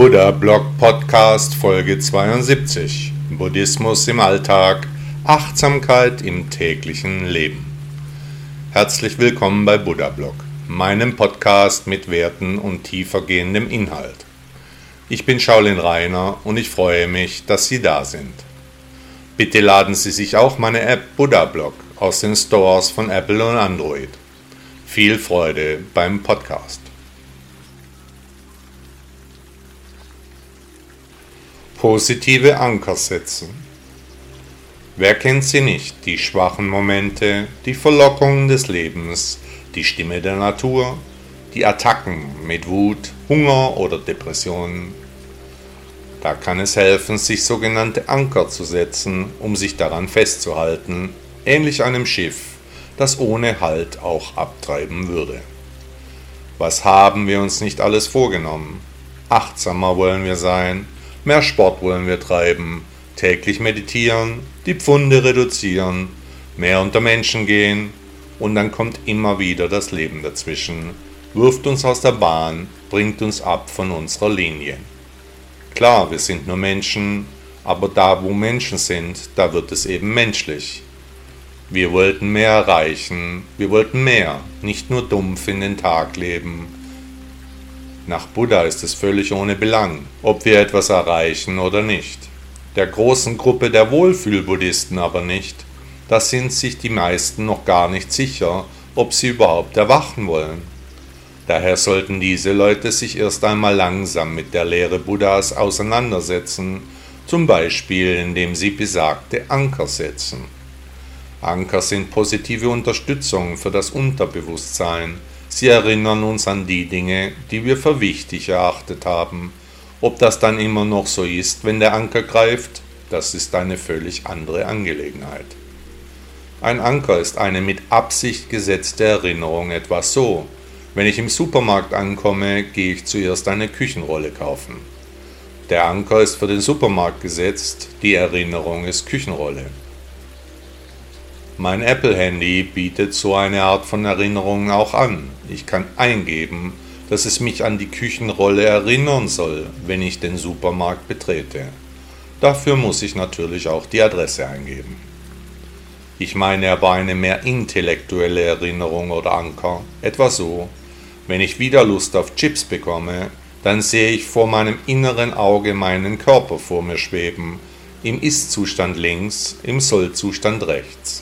Buddha Blog Podcast Folge 72 Buddhismus im Alltag, Achtsamkeit im täglichen Leben. Herzlich willkommen bei Buddha Blog, meinem Podcast mit Werten und tiefergehendem Inhalt. Ich bin Shaolin Rainer und ich freue mich, dass Sie da sind. Bitte laden Sie sich auch meine App Buddha Blog aus den Stores von Apple und Android. Viel Freude beim Podcast. Positive Anker setzen. Wer kennt sie nicht, die schwachen Momente, die Verlockungen des Lebens, die Stimme der Natur, die Attacken mit Wut, Hunger oder Depressionen? Da kann es helfen, sich sogenannte Anker zu setzen, um sich daran festzuhalten, ähnlich einem Schiff, das ohne Halt auch abtreiben würde. Was haben wir uns nicht alles vorgenommen? Achtsamer wollen wir sein, mehr Sport wollen wir treiben, täglich meditieren, die Pfunde reduzieren, mehr unter Menschen gehen und dann kommt immer wieder das Leben dazwischen, wirft uns aus der Bahn, bringt uns ab von unserer Linie. Klar, wir sind nur Menschen, aber da wo Menschen sind, da wird es eben menschlich. Wir wollten mehr erreichen, wir wollten mehr, nicht nur dumpf in den Tag leben. Nach Buddha ist es völlig ohne Belang, ob wir etwas erreichen oder nicht. Der großen Gruppe der Wohlfühl-Buddhisten aber nicht. Da sind sich die meisten noch gar nicht sicher, ob sie überhaupt erwachen wollen. Daher sollten diese Leute sich erst einmal langsam mit der Lehre Buddhas auseinandersetzen, zum Beispiel indem sie besagte Anker setzen. Anker sind positive Unterstützung für das Unterbewusstsein. Sie erinnern uns an die Dinge, die wir für wichtig erachtet haben. Ob das dann immer noch so ist, wenn der Anker greift, das ist eine völlig andere Angelegenheit. Ein Anker ist eine mit Absicht gesetzte Erinnerung, etwa so: Wenn ich im Supermarkt ankomme, gehe ich zuerst eine Küchenrolle kaufen. Der Anker ist für den Supermarkt gesetzt, die Erinnerung ist Küchenrolle. Mein Apple-Handy bietet so eine Art von Erinnerung auch an. Ich kann eingeben, dass es mich an die Küchenrolle erinnern soll, wenn ich den Supermarkt betrete. Dafür muss ich natürlich auch die Adresse eingeben. Ich meine aber eine mehr intellektuelle Erinnerung oder Anker, etwa so: Wenn ich wieder Lust auf Chips bekomme, dann sehe ich vor meinem inneren Auge meinen Körper vor mir schweben, im Ist-Zustand links, im Soll-Zustand rechts.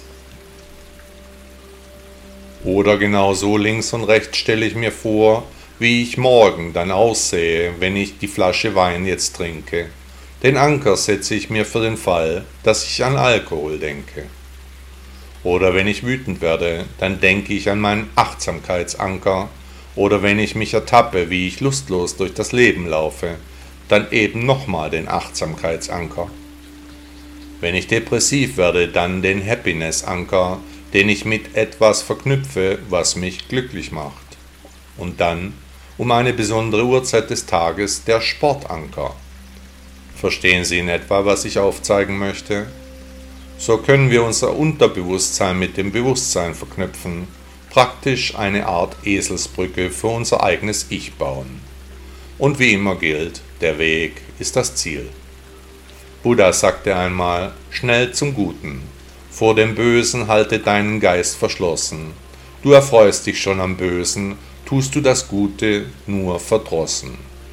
Oder genauso links und rechts stelle ich mir vor, wie ich morgen dann aussehe, wenn ich die Flasche Wein jetzt trinke. Den Anker setze ich mir für den Fall, dass ich an Alkohol denke. Oder wenn ich wütend werde, dann denke ich an meinen Achtsamkeitsanker. Oder wenn ich mich ertappe, wie ich lustlos durch das Leben laufe, dann eben nochmal den Achtsamkeitsanker. Wenn ich depressiv werde, dann den Happiness-Anker, den ich mit etwas verknüpfe, was mich glücklich macht. Und dann, um eine besondere Uhrzeit des Tages, der Sportanker. Verstehen Sie in etwa, was ich aufzeigen möchte? So können wir unser Unterbewusstsein mit dem Bewusstsein verknüpfen, praktisch eine Art Eselsbrücke für unser eigenes Ich bauen. Und wie immer gilt, der Weg ist das Ziel. Buddha sagte einmal: Schnell zum Guten. Vor dem Bösen halte deinen Geist verschlossen. Du erfreust dich schon am Bösen, tust du das Gute nur verdrossen.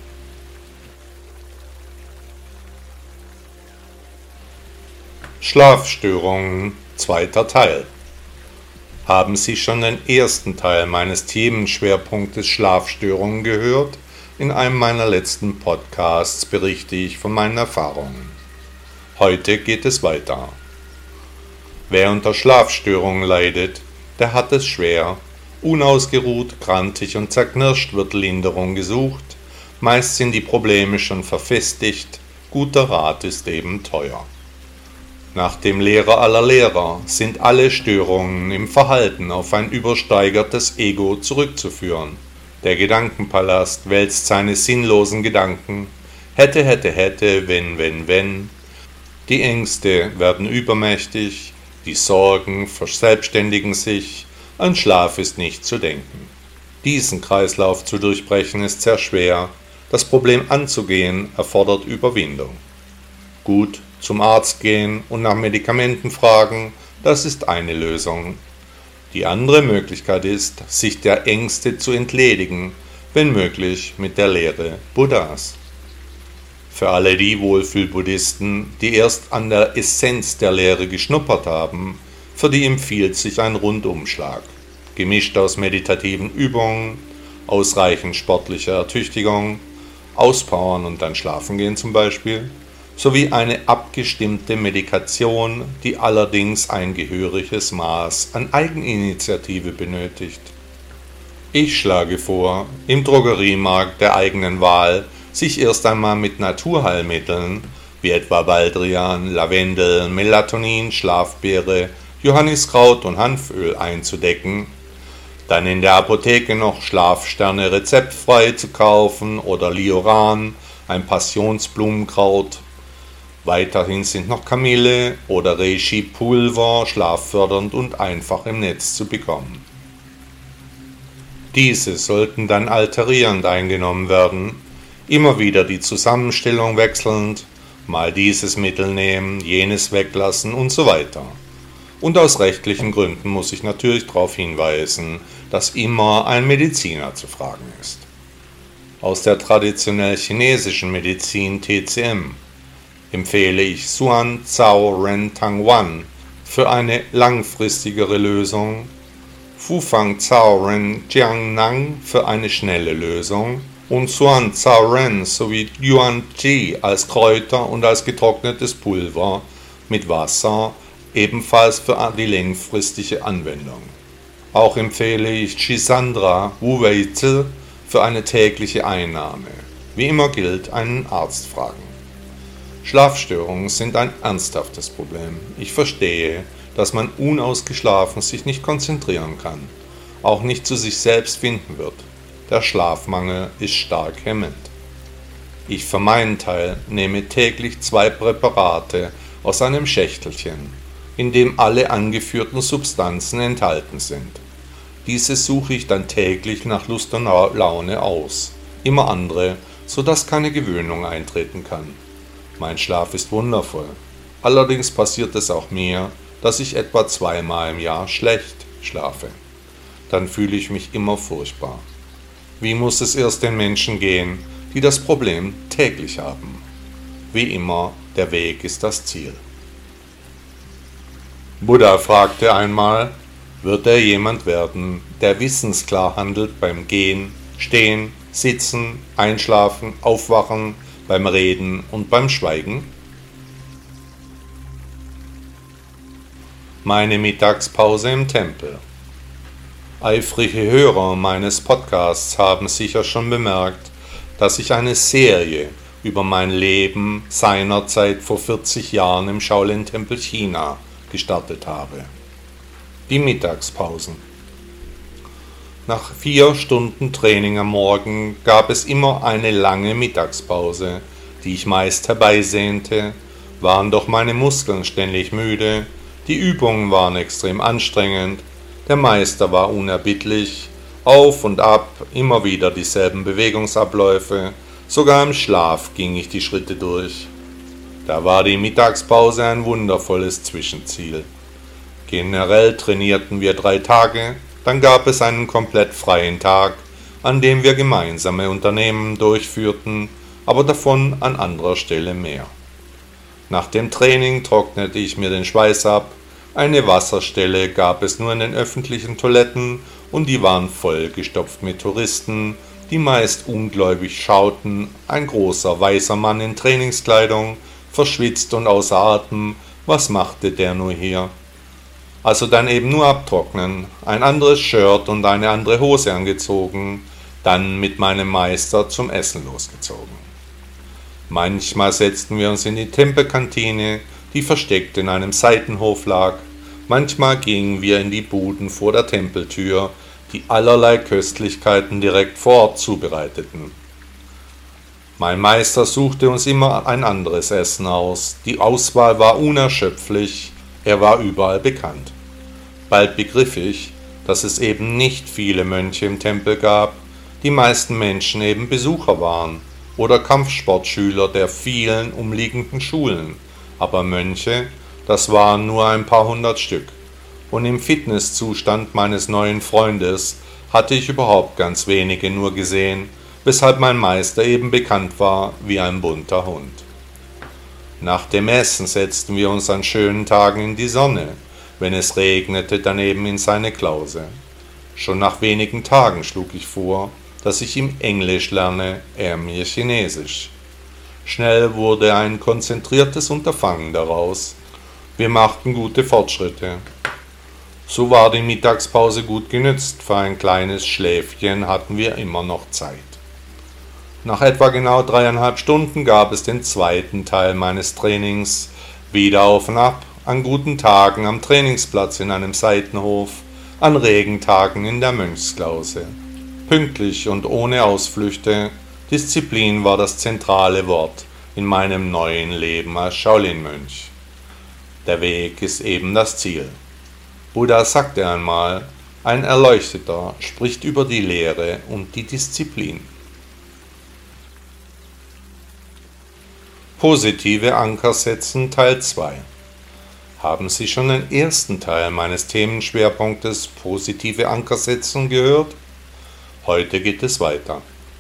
Schlafstörungen, zweiter Teil. Haben Sie schon den ersten Teil meines Themenschwerpunktes Schlafstörungen gehört? In einem meiner letzten Podcasts berichte ich von meinen Erfahrungen. Heute geht es weiter. Wer unter Schlafstörungen leidet, der hat es schwer. Unausgeruht, grantig und zerknirscht wird Linderung gesucht. Meist sind die Probleme schon verfestigt. Guter Rat ist eben teuer. Nach dem Lehrer aller Lehrer sind alle Störungen im Verhalten auf ein übersteigertes Ego zurückzuführen. Der Gedankenpalast wälzt seine sinnlosen Gedanken. Hätte, wenn. Die Ängste werden übermächtig. Die Sorgen verselbstständigen sich, an Schlaf ist nicht zu denken. Diesen Kreislauf zu durchbrechen ist sehr schwer, Das Problem anzugehen erfordert Überwindung. Gut, zum Arzt gehen und nach Medikamenten fragen, das ist eine Lösung. Die andere Möglichkeit ist, sich der Ängste zu entledigen, wenn möglich mit der Lehre Buddhas. Für alle die Wohlfühl-Buddhisten, die erst an der Essenz der Lehre geschnuppert haben, für die empfiehlt sich ein Rundumschlag, gemischt aus meditativen Übungen, ausreichend sportlicher Ertüchtigung, Auspowern und dann schlafen gehen zum Beispiel, sowie eine abgestimmte Medikation, die allerdings ein gehöriges Maß an Eigeninitiative benötigt. Ich schlage vor, im Drogeriemarkt der eigenen Wahl sich erst einmal mit Naturheilmitteln, wie etwa Baldrian, Lavendel, Melatonin, Schlafbeere, Johanniskraut und Hanföl einzudecken, dann in der Apotheke noch Schlafsterne rezeptfrei zu kaufen oder Lioran, ein Passionsblumenkraut. Weiterhin sind noch Kamille oder Reishi-Pulver schlaffördernd und einfach im Netz zu bekommen. Diese sollten dann alternierend eingenommen werden, immer wieder die Zusammenstellung wechselnd, mal dieses Mittel nehmen, jenes weglassen und so weiter. Und aus rechtlichen Gründen muss ich natürlich darauf hinweisen, dass immer ein Mediziner zu fragen ist. Aus der traditionell chinesischen Medizin TCM empfehle ich Xuan Zhao Ren Tang Wan für eine langfristigere Lösung, Fufang Zhao Ren Jiang Nang für eine schnelle Lösung und Xuan Zhao Ren sowie Yuan Ji als Kräuter und als getrocknetes Pulver mit Wasser ebenfalls für die längfristige Anwendung. Auch empfehle ich Chisandra Wu Wei Zi für eine tägliche Einnahme. Wie immer gilt, einen Arzt fragen. Schlafstörungen sind ein ernsthaftes Problem. Ich verstehe, dass man unausgeschlafen sich nicht konzentrieren kann, auch nicht zu sich selbst finden wird. Der Schlafmangel ist stark hemmend. Ich für meinen Teil nehme täglich 2 Präparate aus einem Schächtelchen, in dem alle angeführten Substanzen enthalten sind. Diese suche ich dann täglich nach Lust und Laune aus, immer andere, sodass keine Gewöhnung eintreten kann. Mein Schlaf ist wundervoll. Allerdings passiert es auch mir, dass ich etwa 2-mal im Jahr schlecht schlafe. Dann fühle ich mich immer furchtbar. Wie muss es erst den Menschen gehen, die das Problem täglich haben? Wie immer, der Weg ist das Ziel. Buddha fragte einmal, wird er jemand werden, der wissensklar handelt beim Gehen, Stehen, Sitzen, Einschlafen, Aufwachen, beim Reden und beim Schweigen? Meine Mittagspause im Tempel. Eifrige Hörer meines Podcasts haben sicher schon bemerkt, dass ich eine Serie über mein Leben seinerzeit vor 40 Jahren im Shaolin-Tempel China gestartet habe. Die Mittagspausen. Nach 4 Stunden Training am Morgen gab es immer eine lange Mittagspause, die ich meist herbeisehnte, waren doch meine Muskeln ständig müde, die Übungen waren extrem anstrengend, der Meister war unerbittlich, auf und ab, immer wieder dieselben Bewegungsabläufe, sogar im Schlaf ging ich die Schritte durch. Da war die Mittagspause ein wundervolles Zwischenziel. Generell trainierten wir 3 Tage, dann gab es einen komplett freien Tag, an dem wir gemeinsame Unternehmen durchführten, aber davon an anderer Stelle mehr. Nach dem Training trocknete ich mir den Schweiß ab, eine Wasserstelle gab es nur in den öffentlichen Toiletten und die waren vollgestopft mit Touristen, die meist ungläubig schauten, ein großer weißer Mann in Trainingskleidung, verschwitzt und außer Atem, was machte der nur hier? Also dann eben nur abtrocknen, ein anderes Shirt und eine andere Hose angezogen, dann mit meinem Meister zum Essen losgezogen. Manchmal setzten wir uns in die Tempelkantine, die versteckt in einem Seitenhof lag, manchmal gingen wir in die Buden vor der Tempeltür, die allerlei Köstlichkeiten direkt vor Ort zubereiteten. Mein Meister suchte uns immer ein anderes Essen aus, die Auswahl war unerschöpflich, er war überall bekannt. Bald begriff ich, dass es eben nicht viele Mönche im Tempel gab, die meisten Menschen eben Besucher waren, oder Kampfsportschüler der vielen umliegenden Schulen, aber Mönche, das waren nur ein paar hundert Stück, und im Fitnesszustand meines neuen Freundes hatte ich überhaupt ganz wenige nur gesehen, weshalb mein Meister eben bekannt war wie ein bunter Hund. Nach dem Essen setzten wir uns an schönen Tagen in die Sonne, wenn es regnete, daneben in seine Klause. Schon nach wenigen Tagen schlug ich vor, dass ich ihm Englisch lerne, er mir Chinesisch. Schnell wurde ein konzentriertes Unterfangen daraus. Wir machten gute Fortschritte. So war die Mittagspause gut genützt, für ein kleines Schläfchen hatten wir immer noch Zeit. Nach etwa genau 3,5 Stunden gab es den zweiten Teil meines Trainings, wieder auf und ab, an guten Tagen am Trainingsplatz in einem Seitenhof, an Regentagen in der Mönchsklause. Pünktlich und ohne Ausflüchte, Disziplin war das zentrale Wort in meinem neuen Leben als Shaolin-Mönch. Der Weg ist eben das Ziel. Buddha sagte einmal, ein Erleuchteter spricht über die Lehre und die Disziplin. Positive Anker setzen Teil 2. Haben Sie schon den ersten Teil meines Themenschwerpunktes Positive Anker setzen gehört? Heute geht es weiter.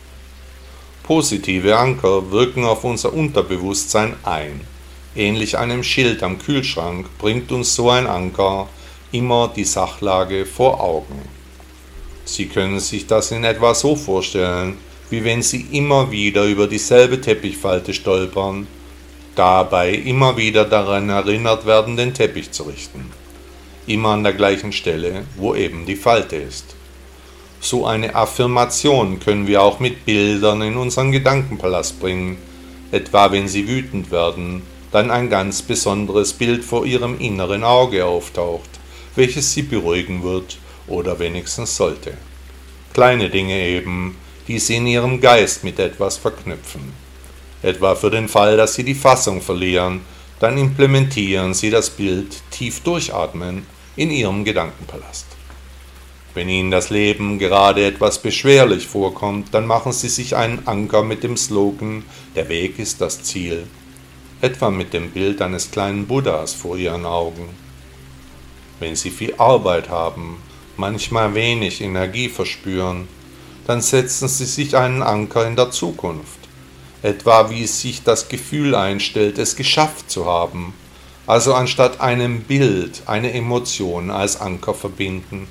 Positive Anker wirken auf unser Unterbewusstsein ein. Ähnlich einem Schild am Kühlschrank bringt uns so ein Anker immer die Sachlage vor Augen. Sie können sich das in etwa so vorstellen, wie wenn Sie immer wieder über dieselbe Teppichfalte stolpern, dabei immer wieder daran erinnert werden, den Teppich zu richten. Immer an der gleichen Stelle, wo eben die Falte ist. So eine Affirmation können wir auch mit Bildern in unseren Gedankenpalast bringen, etwa wenn Sie wütend werden, dann ein ganz besonderes Bild vor Ihrem inneren Auge auftaucht, welches Sie beruhigen wird oder wenigstens sollte. Kleine Dinge eben, die Sie in Ihrem Geist mit etwas verknüpfen. Etwa für den Fall, dass Sie die Fassung verlieren, dann implementieren Sie das Bild tief durchatmen in Ihrem Gedankenpalast. Wenn Ihnen das Leben gerade etwas beschwerlich vorkommt, dann machen Sie sich einen Anker mit dem Slogan »Der Weg ist das Ziel«, etwa mit dem Bild eines kleinen Buddhas vor Ihren Augen. Wenn Sie viel Arbeit haben, manchmal wenig Energie verspüren, dann setzen Sie sich einen Anker in der Zukunft, etwa wie sich das Gefühl einstellt, es geschafft zu haben, also anstatt einem Bild eine Emotion als Anker verbinden.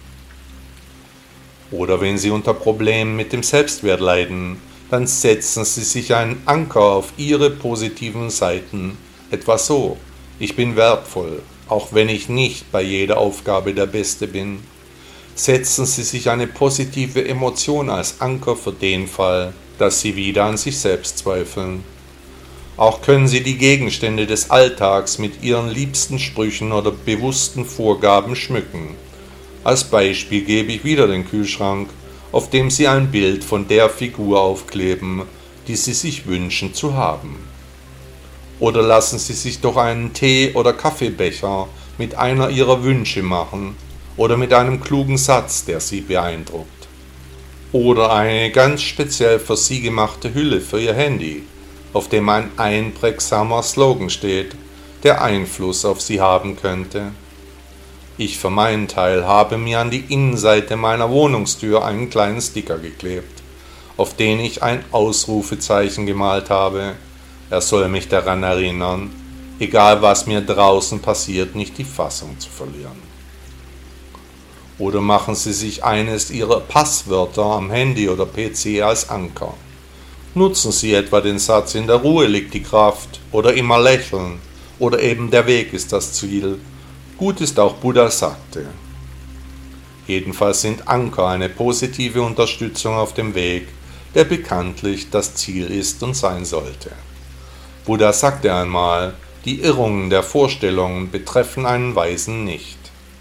Oder wenn Sie unter Problemen mit dem Selbstwert leiden, dann setzen Sie sich einen Anker auf Ihre positiven Seiten, etwa so: Ich bin wertvoll, auch wenn ich nicht bei jeder Aufgabe der Beste bin. Setzen Sie sich eine positive Emotion als Anker für den Fall, dass Sie wieder an sich selbst zweifeln. Auch können Sie die Gegenstände des Alltags mit Ihren liebsten Sprüchen oder bewussten Vorgaben schmücken. Als Beispiel gebe ich wieder den Kühlschrank, auf dem Sie ein Bild von der Figur aufkleben, die Sie sich wünschen zu haben. Oder lassen Sie sich doch einen Tee- oder Kaffeebecher mit einer Ihrer Wünsche machen oder mit einem klugen Satz, der Sie beeindruckt. Oder eine ganz speziell für Sie gemachte Hülle für Ihr Handy, auf dem ein einprägsamer Slogan steht, der Einfluss auf Sie haben könnte. Ich für meinen Teil habe mir an die Innenseite meiner Wohnungstür einen kleinen Sticker geklebt, auf den ich ein Ausrufezeichen gemalt habe. Er soll mich daran erinnern, egal was mir draußen passiert, nicht die Fassung zu verlieren. Oder machen Sie sich eines Ihrer Passwörter am Handy oder PC als Anker. Nutzen Sie etwa den Satz »In der Ruhe liegt die Kraft« oder »Immer lächeln« oder eben »Der Weg ist das Ziel«. Gut ist auch Buddha sagte. Jedenfalls sind Anker eine positive Unterstützung auf dem Weg, der bekanntlich das Ziel ist und sein sollte. Buddha sagte einmal, die Irrungen der Vorstellungen betreffen einen Weisen nicht.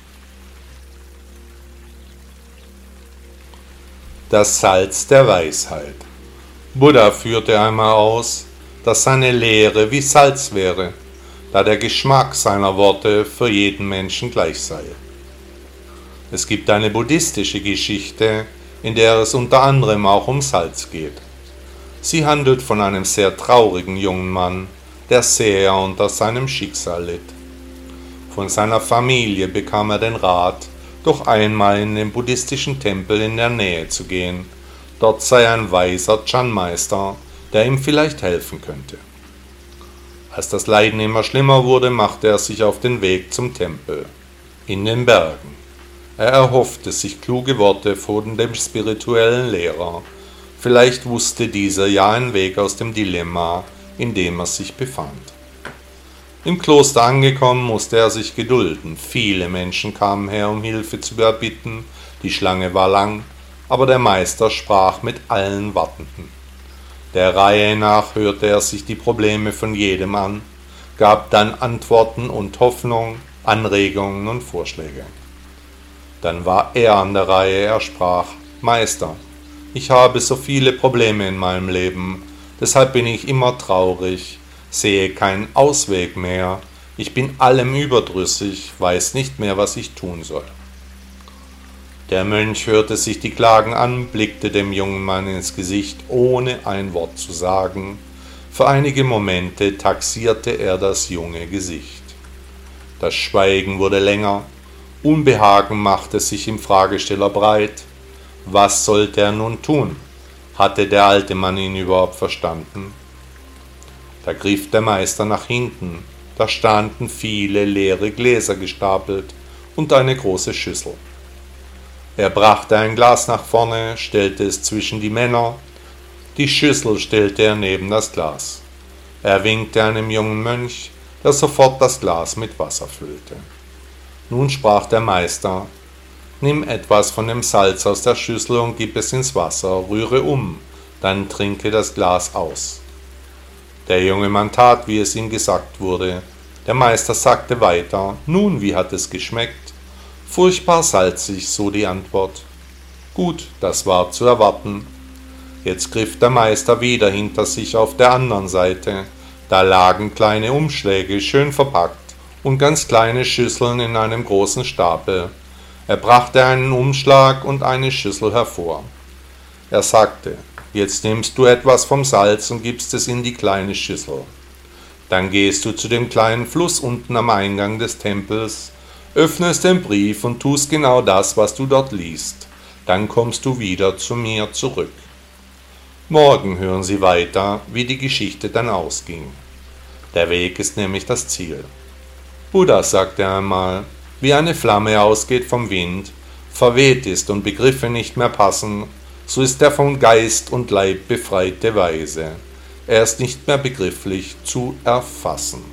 Das Salz der Weisheit. Buddha führte einmal aus, dass seine Lehre wie Salz wäre, da der Geschmack seiner Worte für jeden Menschen gleich sei. Es gibt eine buddhistische Geschichte, in der es unter anderem auch um Salz geht. Sie handelt von einem sehr traurigen jungen Mann, der sehr unter seinem Schicksal litt. Von seiner Familie bekam er den Rat, doch einmal in den buddhistischen Tempel in der Nähe zu gehen. Dort sei ein weiser Chan-Meister, der ihm vielleicht helfen könnte. Als das Leiden immer schlimmer wurde, machte er sich auf den Weg zum Tempel, in den Bergen. Er erhoffte sich kluge Worte von dem spirituellen Lehrer. Vielleicht wusste dieser ja einen Weg aus dem Dilemma, in dem er sich befand. Im Kloster angekommen, musste er sich gedulden. Viele Menschen kamen her, um Hilfe zu erbitten. Die Schlange war lang, aber der Meister sprach mit allen Wartenden. Der Reihe nach hörte er sich die Probleme von jedem an, gab dann Antworten und Hoffnung, Anregungen und Vorschläge. Dann war er an der Reihe, er sprach: Meister, ich habe so viele Probleme in meinem Leben, deshalb bin ich immer traurig, sehe keinen Ausweg mehr, ich bin allem überdrüssig, weiß nicht mehr, was ich tun soll. Der Mönch hörte sich die Klagen an, blickte dem jungen Mann ins Gesicht, ohne ein Wort zu sagen. Für einige Momente taxierte er das junge Gesicht. Das Schweigen wurde länger, Unbehagen machte sich im Fragesteller breit. Was sollte er nun tun? Hatte der alte Mann ihn überhaupt verstanden? Da griff der Meister nach hinten, da standen viele leere Gläser gestapelt und eine große Schüssel. Er brachte ein Glas nach vorne, stellte es zwischen die Männer, die Schüssel stellte er neben das Glas. Er winkte einem jungen Mönch, der sofort das Glas mit Wasser füllte. Nun sprach der Meister: Nimm etwas von dem Salz aus der Schüssel und gib es ins Wasser, rühre um, dann trinke das Glas aus. Der junge Mann tat, wie es ihm gesagt wurde. Der Meister sagte weiter: Nun, wie hat es geschmeckt? Furchtbar salzig, so die Antwort. Gut, das war zu erwarten. Jetzt griff der Meister wieder hinter sich auf der anderen Seite. Da lagen kleine Umschläge, schön verpackt, und ganz kleine Schüsseln in einem großen Stapel. Er brachte einen Umschlag und eine Schüssel hervor. Er sagte: Jetzt nimmst du etwas vom Salz und gibst es in die kleine Schüssel. Dann gehst du zu dem kleinen Fluss unten am Eingang des Tempels, öffnest den Brief und tust genau das, was du dort liest. Dann kommst du wieder zu mir zurück. Morgen hören Sie weiter, wie die Geschichte dann ausging. Der Weg ist nämlich das Ziel. Buddha sagte einmal: Wie eine Flamme ausgeht vom Wind, verweht ist und Begriffe nicht mehr passen, so ist der von Geist und Leib befreite Weise. Er ist nicht mehr begrifflich zu erfassen.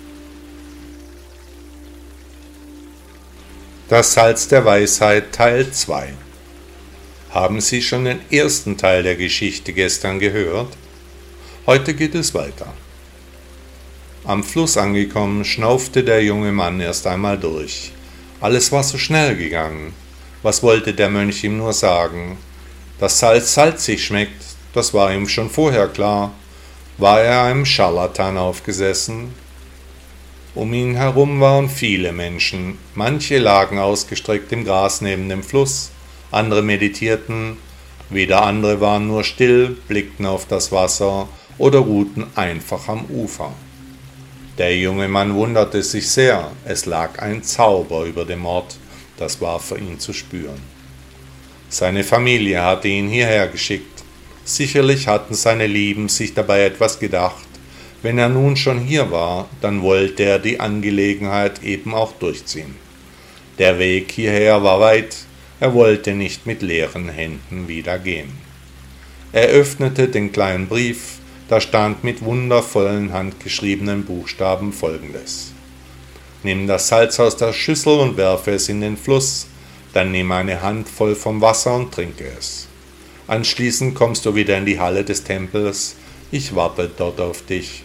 Das Salz der Weisheit Teil 2. Haben Sie schon den ersten Teil der Geschichte gestern gehört? Heute geht es weiter. Am Fluss angekommen, schnaufte der junge Mann erst einmal durch. Alles war so schnell gegangen. Was wollte der Mönch ihm nur sagen? Dass Salz salzig schmeckt, das war ihm schon vorher klar. War er einem Scharlatan aufgesessen? Um ihn herum waren viele Menschen. Manche lagen ausgestreckt im Gras neben dem Fluss, andere meditierten, wieder andere waren nur still, blickten auf das Wasser oder ruhten einfach am Ufer. Der junge Mann wunderte sich sehr, es lag ein Zauber über dem Ort, das war für ihn zu spüren. Seine Familie hatte ihn hierher geschickt. Sicherlich hatten seine Lieben sich dabei etwas gedacht. Wenn er nun schon hier war, dann wollte er die Angelegenheit eben auch durchziehen. Der Weg hierher war weit, er wollte nicht mit leeren Händen wieder gehen. Er öffnete den kleinen Brief, da stand mit wundervollen handgeschriebenen Buchstaben Folgendes: Nimm das Salz aus der Schüssel und werfe es in den Fluss, dann nimm eine Handvoll vom Wasser und trinke es. Anschließend kommst du wieder in die Halle des Tempels, ich warte dort auf dich.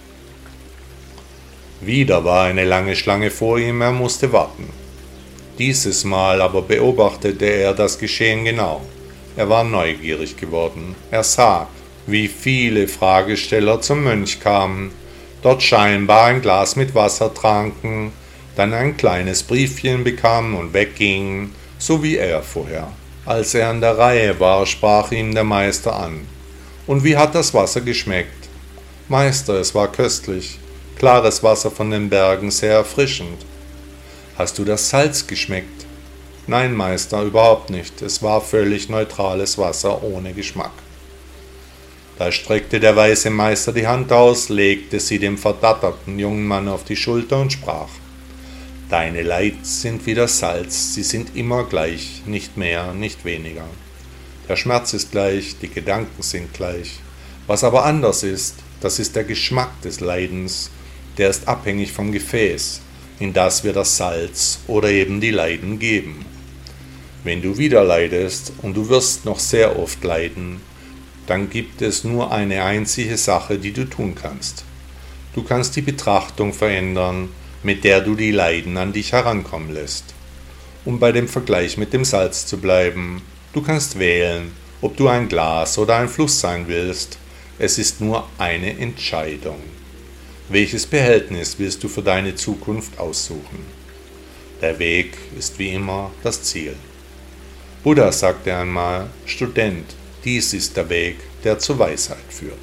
Wieder war eine lange Schlange vor ihm, er musste warten. Dieses Mal aber beobachtete er das Geschehen genau. Er war neugierig geworden. Er sah, wie viele Fragesteller zum Mönch kamen, dort scheinbar ein Glas mit Wasser tranken, dann ein kleines Briefchen bekamen und weggingen, so wie er vorher. Als er an der Reihe war, sprach ihm der Meister an: Und wie hat das Wasser geschmeckt? Meister, es war köstlich. Klares Wasser von den Bergen, sehr erfrischend. Hast du das Salz geschmeckt? Nein, Meister, überhaupt nicht. Es war völlig neutrales Wasser ohne Geschmack. Da streckte der weise Meister die Hand aus, legte sie dem verdatterten jungen Mann auf die Schulter und sprach: Deine Leid sind wie das Salz, sie sind immer gleich, nicht mehr, nicht weniger. Der Schmerz ist gleich, die Gedanken sind gleich. Was aber anders ist, das ist der Geschmack des Leidens, der ist abhängig vom Gefäß, in das wir das Salz oder eben die Leiden geben. Wenn du wieder leidest, und du wirst noch sehr oft leiden, dann gibt es nur eine einzige Sache, die du tun kannst. Du kannst die Betrachtung verändern, mit der du die Leiden an dich herankommen lässt. Um bei dem Vergleich mit dem Salz zu bleiben, du kannst wählen, ob du ein Glas oder ein Fluss sein willst. Es ist nur eine Entscheidung. Welches Behältnis willst du für deine Zukunft aussuchen? Der Weg ist wie immer das Ziel. Buddha sagte einmal: Student, dies ist der Weg, der zur Weisheit führt.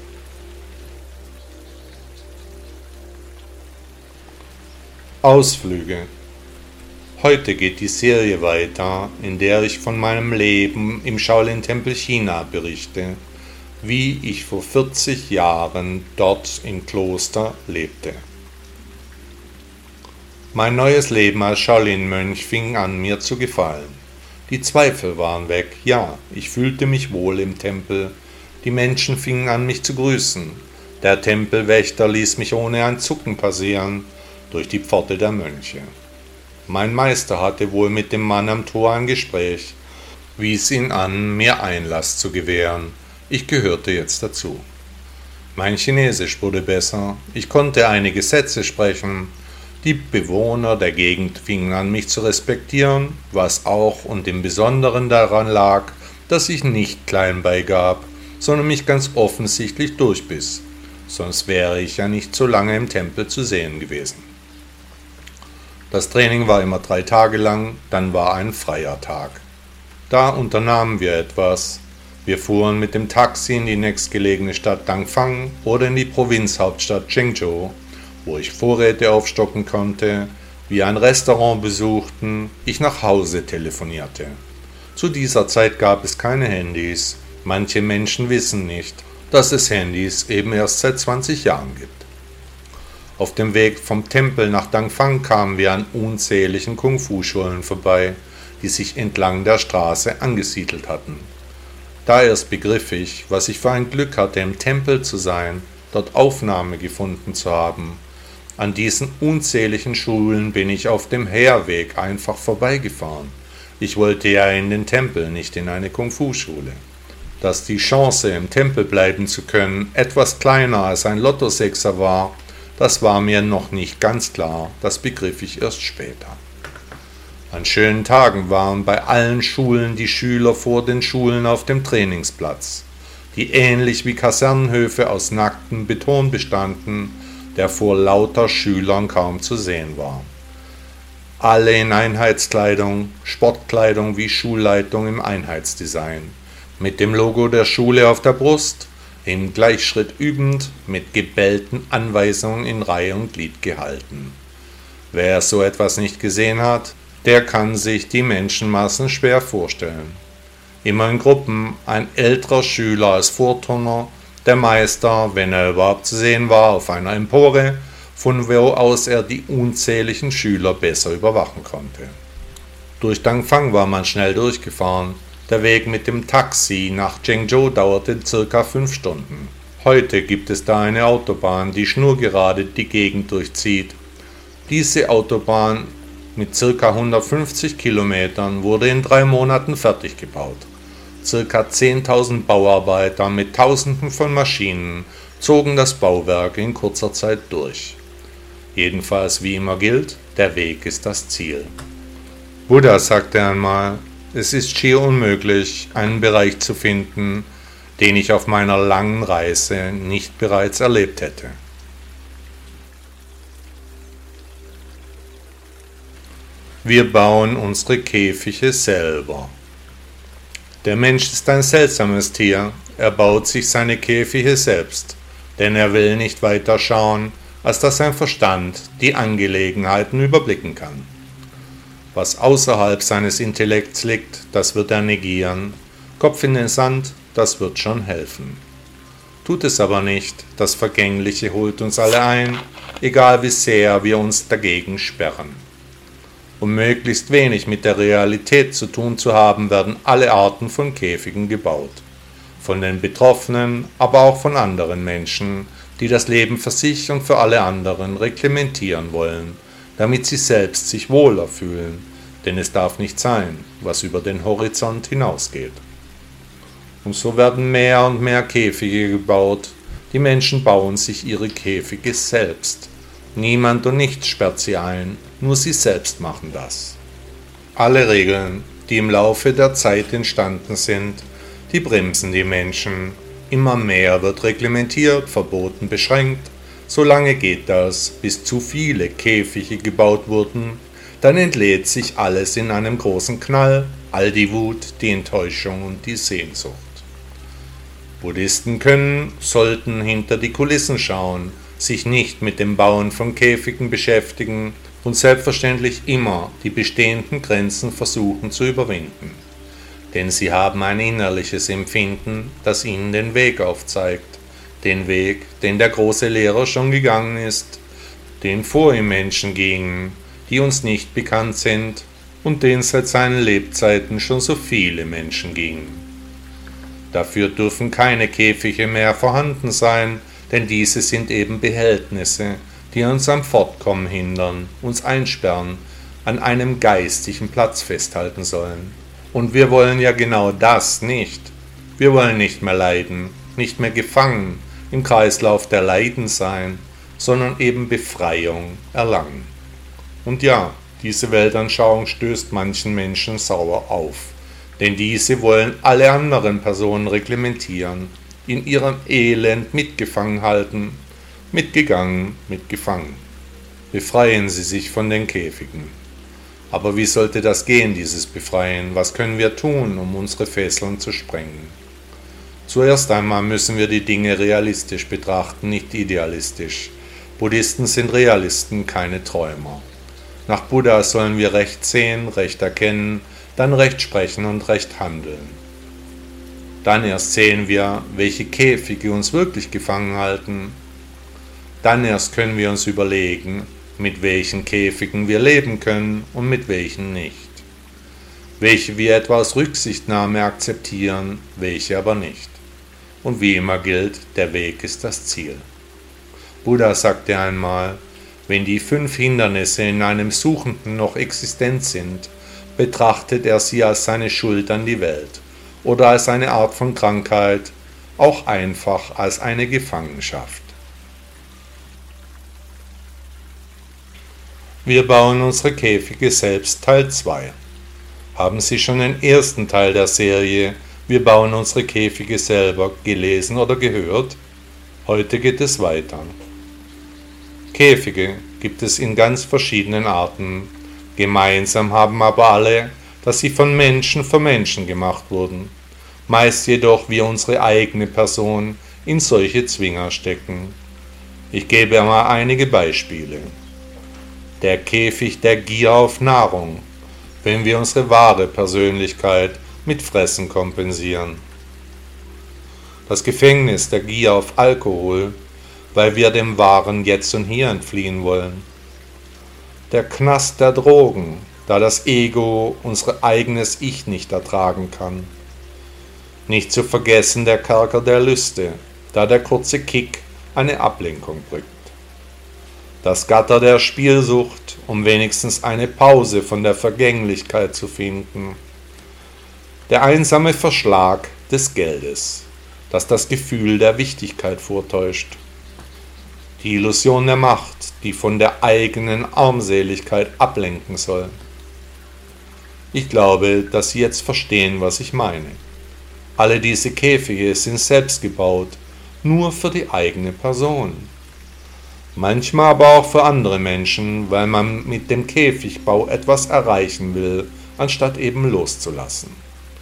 Ausflüge. Heute geht die Serie weiter, in der ich von meinem Leben im Shaolin-Tempel China berichte, wie ich vor 40 Jahren dort im Kloster lebte. Mein neues Leben als Shaolin-Mönch fing an, mir zu gefallen. Die Zweifel waren weg, ja, ich fühlte mich wohl im Tempel. Die Menschen fingen an, mich zu grüßen. Der Tempelwächter ließ mich ohne ein Zucken passieren durch die Pforte der Mönche. Mein Meister hatte wohl mit dem Mann am Tor ein Gespräch, wies ihn an, mir Einlass zu gewähren. Ich gehörte jetzt dazu. Mein Chinesisch wurde besser, ich konnte einige Sätze sprechen. Die Bewohner der Gegend fingen an, mich zu respektieren, was auch und im Besonderen daran lag, dass ich nicht klein beigab, sondern mich ganz offensichtlich durchbiss. Sonst wäre ich ja nicht so lange im Tempel zu sehen gewesen. Das Training war immer 3 Tage lang, dann war ein freier Tag. Da unternahmen wir etwas. Wir fuhren mit dem Taxi in die nächstgelegene Stadt Dangfang oder in die Provinzhauptstadt Zhengzhou, wo ich Vorräte aufstocken konnte, wir ein Restaurant besuchten, ich nach Hause telefonierte. Zu dieser Zeit gab es keine Handys. Manche Menschen wissen nicht, dass es Handys eben erst seit 20 Jahren gibt. Auf dem Weg vom Tempel nach Dangfang kamen wir an unzähligen Kung-Fu-Schulen vorbei, die sich entlang der Straße angesiedelt hatten. Da erst begriff ich, was ich für ein Glück hatte, im Tempel zu sein, dort Aufnahme gefunden zu haben. An diesen unzähligen Schulen bin ich auf dem Herweg einfach vorbeigefahren. Ich wollte ja in den Tempel, nicht in eine Kung-Fu-Schule. Dass die Chance, im Tempel bleiben zu können, etwas kleiner als ein Lottosechser war, das war mir noch nicht ganz klar, das begriff ich erst später. An schönen Tagen waren bei allen Schulen die Schüler vor den Schulen auf dem Trainingsplatz, die ähnlich wie Kasernenhöfe aus nacktem Beton bestanden, der vor lauter Schülern kaum zu sehen war. Alle in Einheitskleidung, Sportkleidung wie Schulleitung im Einheitsdesign, mit dem Logo der Schule auf der Brust, im Gleichschritt übend, mit gebellten Anweisungen in Reihe und Glied gehalten. Wer so etwas nicht gesehen hat, der kann sich die Menschenmassen schwer vorstellen. Immer in Gruppen, ein älterer Schüler als Vorturner, der Meister, wenn er überhaupt zu sehen war, auf einer Empore, von wo aus er die unzähligen Schüler besser überwachen konnte. Durch Dangfang war man schnell durchgefahren. Der Weg mit dem Taxi nach Zhengzhou dauerte ca. 5 Stunden. Heute gibt es da eine Autobahn, die schnurgerade die Gegend durchzieht. Diese Autobahn mit ca. 150 Kilometern wurde in 3 Monaten fertig gebaut. Ca. 10.000 Bauarbeiter mit Tausenden von Maschinen zogen das Bauwerk in kurzer Zeit durch. Jedenfalls wie immer gilt, der Weg ist das Ziel. Buddha sagte einmal, es ist schier unmöglich, einen Bereich zu finden, den ich auf meiner langen Reise nicht bereits erlebt hätte. Wir bauen unsere Käfige selber. Der Mensch ist ein seltsames Tier, er baut sich seine Käfige selbst, denn er will nicht weiter schauen, als dass sein Verstand die Angelegenheiten überblicken kann. Was außerhalb seines Intellekts liegt, das wird er negieren, Kopf in den Sand, das wird schon helfen. Tut es aber nicht, das Vergängliche holt uns alle ein, egal wie sehr wir uns dagegen sperren. Um möglichst wenig mit der Realität zu tun zu haben, werden alle Arten von Käfigen gebaut. Von den Betroffenen, aber auch von anderen Menschen, die das Leben für sich und für alle anderen reglementieren wollen, damit sie selbst sich wohler fühlen, denn es darf nicht sein, was über den Horizont hinausgeht. Und so werden mehr und mehr Käfige gebaut, die Menschen bauen sich ihre Käfige selbst. Niemand und nichts sperrt sie ein, nur sie selbst machen das. Alle Regeln, die im Laufe der Zeit entstanden sind, die bremsen die Menschen. Immer mehr wird reglementiert, verboten, beschränkt. Solange geht das, bis zu viele Käfige gebaut wurden, dann entlädt sich alles in einem großen Knall, all die Wut, die Enttäuschung und die Sehnsucht. Buddhisten sollten hinter die Kulissen schauen, sich nicht mit dem Bauen von Käfigen beschäftigen und selbstverständlich immer die bestehenden Grenzen versuchen zu überwinden. Denn sie haben ein innerliches Empfinden, das ihnen den Weg aufzeigt, den Weg, den der große Lehrer schon gegangen ist, den vor ihm Menschen gingen, die uns nicht bekannt sind und den seit seinen Lebzeiten schon so viele Menschen gingen. Dafür dürfen keine Käfige mehr vorhanden sein, denn diese sind eben Behältnisse, die uns am Fortkommen hindern, uns einsperren, an einem geistigen Platz festhalten sollen. Und wir wollen ja genau das nicht. Wir wollen nicht mehr leiden, nicht mehr gefangen im Kreislauf der Leiden sein, sondern eben Befreiung erlangen. Und ja, diese Weltanschauung stößt manchen Menschen sauer auf, denn diese wollen alle anderen Personen reglementieren, in ihrem Elend mitgefangen halten, mitgegangen, mitgefangen. Befreien Sie sich von den Käfigen. Aber wie sollte das gehen, dieses Befreien? Was können wir tun, um unsere Fesseln zu sprengen? Zuerst einmal müssen wir die Dinge realistisch betrachten, nicht idealistisch. Buddhisten sind Realisten, keine Träumer. Nach Buddha sollen wir Recht sehen, Recht erkennen, dann Recht sprechen und Recht handeln. Dann erst sehen wir, welche Käfige uns wirklich gefangen halten. Dann erst können wir uns überlegen, mit welchen Käfigen wir leben können und mit welchen nicht. Welche wir etwa aus Rücksichtnahme akzeptieren, welche aber nicht. Und wie immer gilt, der Weg ist das Ziel. Buddha sagte einmal, wenn die 5 Hindernisse in einem Suchenden noch existent sind, betrachtet er sie als seine Schuld an die Welt oder als eine Art von Krankheit, auch einfach als eine Gefangenschaft. Wir bauen unsere Käfige selbst, Teil 2. Haben Sie schon den ersten Teil der Serie Wir bauen unsere Käfige selber gelesen oder gehört? Heute geht es weiter. Käfige gibt es in ganz verschiedenen Arten. Gemeinsam haben aber alle, dass sie von Menschen für Menschen gemacht wurden. Meist jedoch wir unsere eigene Person in solche Zwinger stecken. Ich gebe mal einige Beispiele. Der Käfig der Gier auf Nahrung, wenn wir unsere wahre Persönlichkeit mit Fressen kompensieren. Das Gefängnis der Gier auf Alkohol, weil wir dem wahren Jetzt und Hier entfliehen wollen. Der Knast der Drogen, da das Ego unser eigenes Ich nicht ertragen kann. Nicht zu vergessen der Kerker der Lüste, da der kurze Kick eine Ablenkung bringt. Das Gatter der Spielsucht, um wenigstens eine Pause von der Vergänglichkeit zu finden. Der einsame Verschlag des Geldes, das das Gefühl der Wichtigkeit vortäuscht. Die Illusion der Macht, die von der eigenen Armseligkeit ablenken soll. Ich glaube, dass Sie jetzt verstehen, was ich meine. Alle diese Käfige sind selbst gebaut, nur für die eigene Person. Manchmal aber auch für andere Menschen, weil man mit dem Käfigbau etwas erreichen will, anstatt eben loszulassen.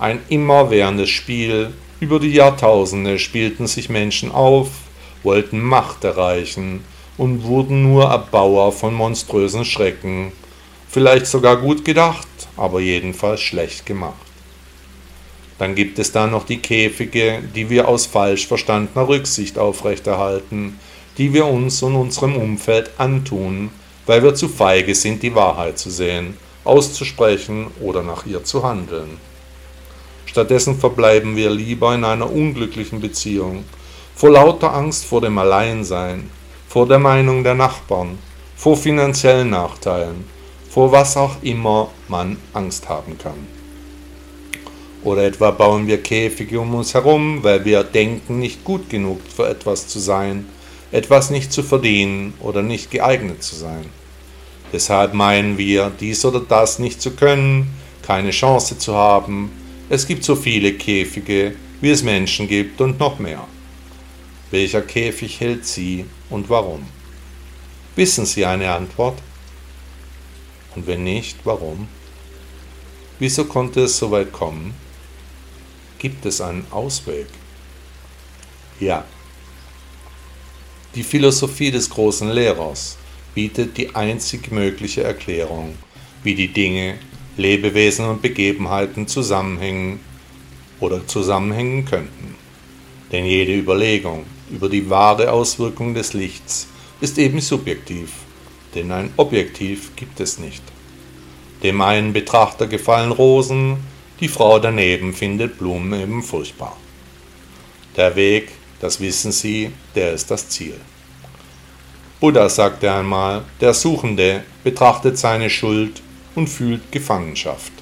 Ein immerwährendes Spiel. Über die Jahrtausende spielten sich Menschen auf, wollten Macht erreichen und wurden nur Erbauer von monströsen Schrecken. Vielleicht sogar gut gedacht, aber jedenfalls schlecht gemacht. Dann gibt es da noch die Käfige, die wir aus falsch verstandener Rücksicht aufrechterhalten, die wir uns und unserem Umfeld antun, weil wir zu feige sind, die Wahrheit zu sehen, auszusprechen oder nach ihr zu handeln. Stattdessen verbleiben wir lieber in einer unglücklichen Beziehung, vor lauter Angst vor dem Alleinsein, vor der Meinung der Nachbarn, vor finanziellen Nachteilen, vor was auch immer man Angst haben kann. Oder etwa bauen wir Käfige um uns herum, weil wir denken, nicht gut genug für etwas zu sein, etwas nicht zu verdienen oder nicht geeignet zu sein. Deshalb meinen wir, dies oder das nicht zu können, keine Chance zu haben. Es gibt so viele Käfige, wie es Menschen gibt und noch mehr. Welcher Käfig hält Sie und warum? Wissen Sie eine Antwort? Und wenn nicht, warum? Wieso konnte es so weit kommen? Gibt es einen Ausweg? Ja. Die Philosophie des großen Lehrers bietet die einzig mögliche Erklärung, wie die Dinge, Lebewesen und Begebenheiten zusammenhängen oder zusammenhängen könnten. Denn jede Überlegung über die wahre Auswirkung des Lichts ist eben subjektiv, denn ein Objektiv gibt es nicht. Dem einen Betrachter gefallen Rosen, die Frau daneben findet Blumen eben furchtbar. Der Weg, das wissen Sie, der ist das Ziel. Buddha sagte einmal, der Suchende betrachtet seine Schuld und fühlt Gefangenschaft.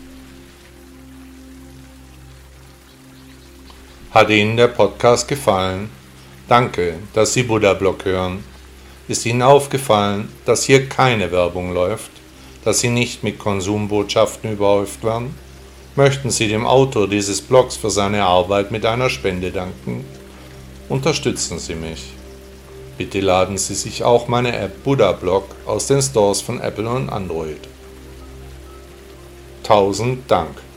Hat Ihnen der Podcast gefallen? Danke, dass Sie Buddha-Blog hören. Ist Ihnen aufgefallen, dass hier keine Werbung läuft, dass Sie nicht mit Konsumbotschaften überhäuft werden? Möchten Sie dem Autor dieses Blogs für seine Arbeit mit einer Spende danken? Unterstützen Sie mich. Bitte laden Sie sich auch meine App Buddha-Blog aus den Stores von Apple und Android. 1000 Dank.